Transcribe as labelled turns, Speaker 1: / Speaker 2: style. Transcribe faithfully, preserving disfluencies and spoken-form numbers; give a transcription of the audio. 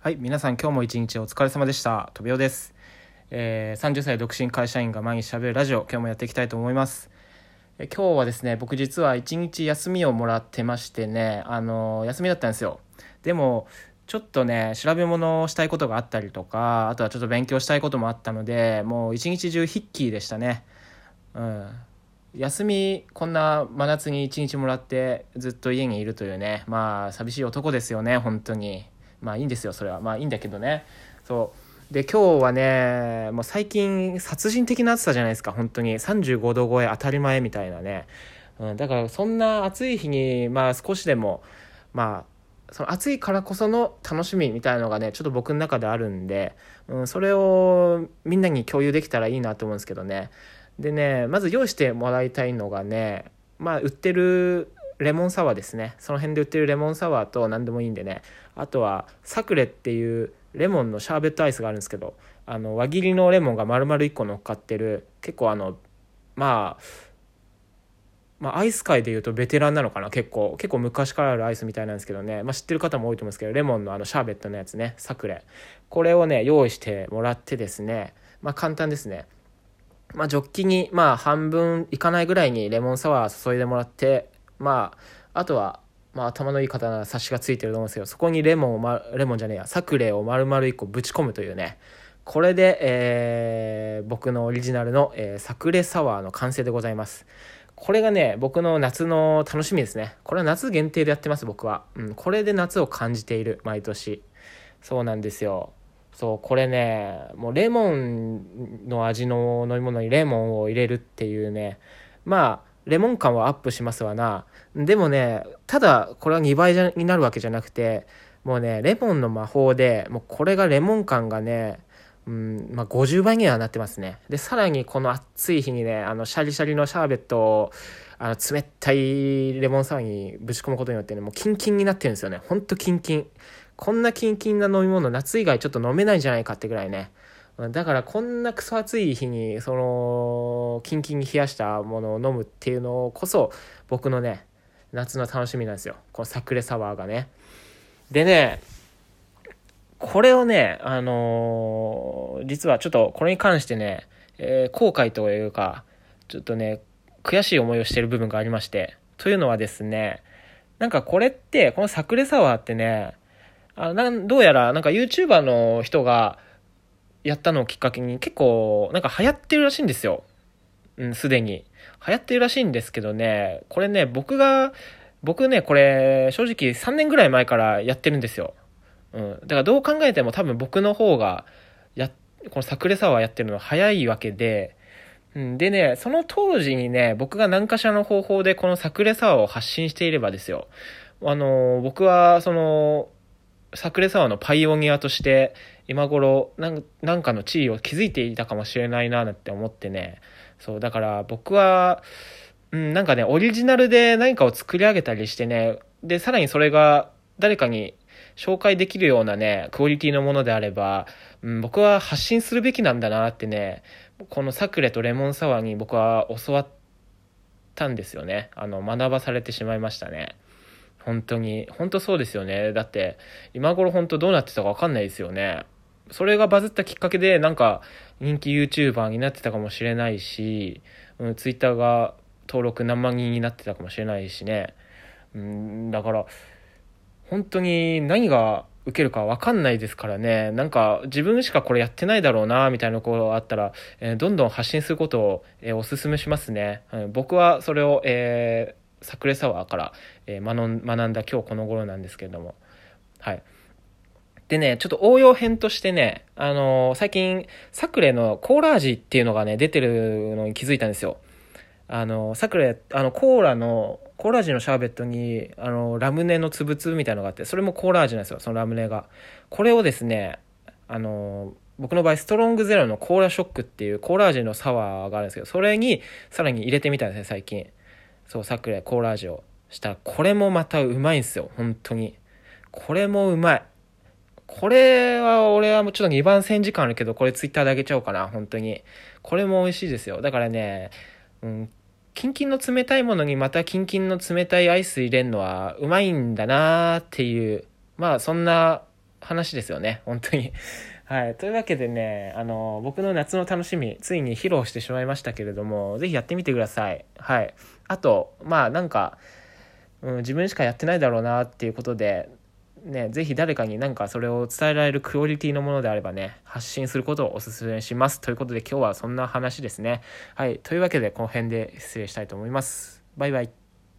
Speaker 1: はい、皆さん今日も一日お疲れ様でした。とびおです、えー、さんじゅっさい独身会社員が毎日しゃべるラジオ、今日もやっていきたいと思います。え今日はですね、僕実は一日休みをもらってましてね、あのー休みだったんですよ。でもちょっとね、調べ物をしたいことがあったりとか、あとはちょっと勉強したいこともあったので、もう一日中ヒッキーでしたね。うん休みこんな真夏に一日もらってずっと家にいるというね、まあ寂しい男ですよね、本当に。まあいいんですよ、それは。まあいいんだけどね。そうで、今日はね、もう最近殺人的な暑さじゃないですか。本当にさんじゅうごど超え当たり前みたいなね、うん、だからそんな暑い日にまあ少しでも、まあその暑いからこその楽しみみたいなのがね、ちょっと僕の中であるんで、うん、それをみんなに共有できたらいいなと思うんですけどね。でね、まず用意してもらいたいのがね、まあ売ってるレモンサワーですね。その辺で売ってるレモンサワーと何でもいいんでね。あとはサクレっていうレモンのシャーベットアイスがあるんですけど、あの輪切りのレモンが丸々いっこ乗っかってる、結構あのまあまあアイス界でいうとベテランなのかな。結構結構昔からあるアイスみたいなんですけどね、まあ、知ってる方も多いと思うんですけど、レモンのあのシャーベットのやつね、サクレ、これをね用意してもらってですね、まあ簡単ですね。まあ、ジョッキに、まあ、半分いかないぐらいにレモンサワー注いでもらって、まあ、あとは、まあ、頭のいい方なら察しがついてると思うんですけど、そこにレモンを、ま、レモンじゃねえや、サクレを丸々いっこぶち込むというね、これで、えー僕のオリジナルの、えーサクレサワーの完成でございます。これがね、僕の夏の楽しみですね。これは夏限定でやってます、僕は。うん、これで夏を感じている、毎年。そうなんですよ。そう、これね、もうレモンの味の飲み物にレモンを入れるっていうね、まあ、レモン感はアップしますわな。でもね、ただこれはにばいじゃになるわけじゃなくて、もうね、レモンの魔法で、もうこれがレモン感がね、うん、まあごじゅうばいにはなってますね。で、さらにこの暑い日にね、あの、シャリシャリのシャーベットを、あの、冷たいレモンサワーにぶち込むことによってね、もうキンキンになってるんですよね。ほんとキンキン。こんなキンキンな飲み物夏以外ちょっと飲めないんじゃないかってぐらいね。だからこんなクソ暑い日にそのキンキンに冷やしたものを飲むっていうのこそ僕のね夏の楽しみなんですよ、このサクレサワーがね。でね、これをね、あのー実はちょっとこれに関してね、えー後悔というかちょっとね悔しい思いをしている部分がありまして。というのはですね、なんかこれってこのサクレサワーってね、あなんどうやらなんか YouTuber の人がやったのをきっかけに結構なんか流行ってるらしいんですよ。うん、すでに流行ってるらしいんですけどね、これね、僕が僕ねこれ正直さんねんぐらい前からやってるんですよ。うん、だからどう考えても多分僕の方がやこのサクレサワーやってるの早いわけで、うん、でね、その当時にね、僕が何かしらの方法でこのサクレサワーを発信していればですよ、あの僕はそのサクレサワーのパイオニアとして今頃なんなんかの地位を築いていたかもしれないなって思ってね。そうだから僕は、うん、なんかねオリジナルで何かを作り上げたりしてね、でさらにそれが誰かに紹介できるようなねクオリティのものであれば、うん、僕は発信するべきなんだなってね、このサクレとレモンサワーに僕は教わったんですよね。あの学ばされてしまいましたね。本当に本当そうですよね。だって今頃本当どうなってたか分かんないですよね。それがバズったきっかけでなんか人気 YouTuber になってたかもしれないし、うん、Twitter が登録何万人になってたかもしれないしね。うん、だから本当に何が受けるか分かんないですからね。なんか自分しかこれやってないだろうなみたいなことがあったら、えーどんどん発信することを、えーお勧めしますね。うん、僕はそれを、えーサクレサワーから、えー学ん学んだ今日この頃なんですけれども、はい。でね、ちょっと応用編としてね、あのー最近サクレのコーラ味っていうのがね出てるのに気づいたんですよ。あのサクレ、あのコーラのコーラ味のシャーベットにあのラムネの粒々みたいなのがあって、それもコーラ味なんですよ、そのラムネが。これをですね、あの僕の場合ストロングゼロのコーラショックっていうコーラ味のサワーがあるんですけど、それにさらに入れてみたんですね、最近。そう、サクレコーラ味をしたら、これもまたうまいんですよ、本当に。これもうまい。これは俺はもうちょっとにばん煎じ感あるけど、これツイッターであげちゃおうかな、本当に。これも美味しいですよ。だからね、うん、キンキンの冷たいものにまたキンキンの冷たいアイス入れるのはうまいんだなーっていう、まあそんな話ですよね、本当に。はい。というわけでね、あの、僕の夏の楽しみ、ついに披露してしまいましたけれども、ぜひやってみてください。はい。あと、まあなんか、うん、自分しかやってないだろうなっていうことで、ね、ぜひ誰かになんかそれを伝えられるクオリティのものであればね、発信することをお勧めします。ということで今日はそんな話ですね。はい。というわけでこの辺で失礼したいと思います。バイバイ。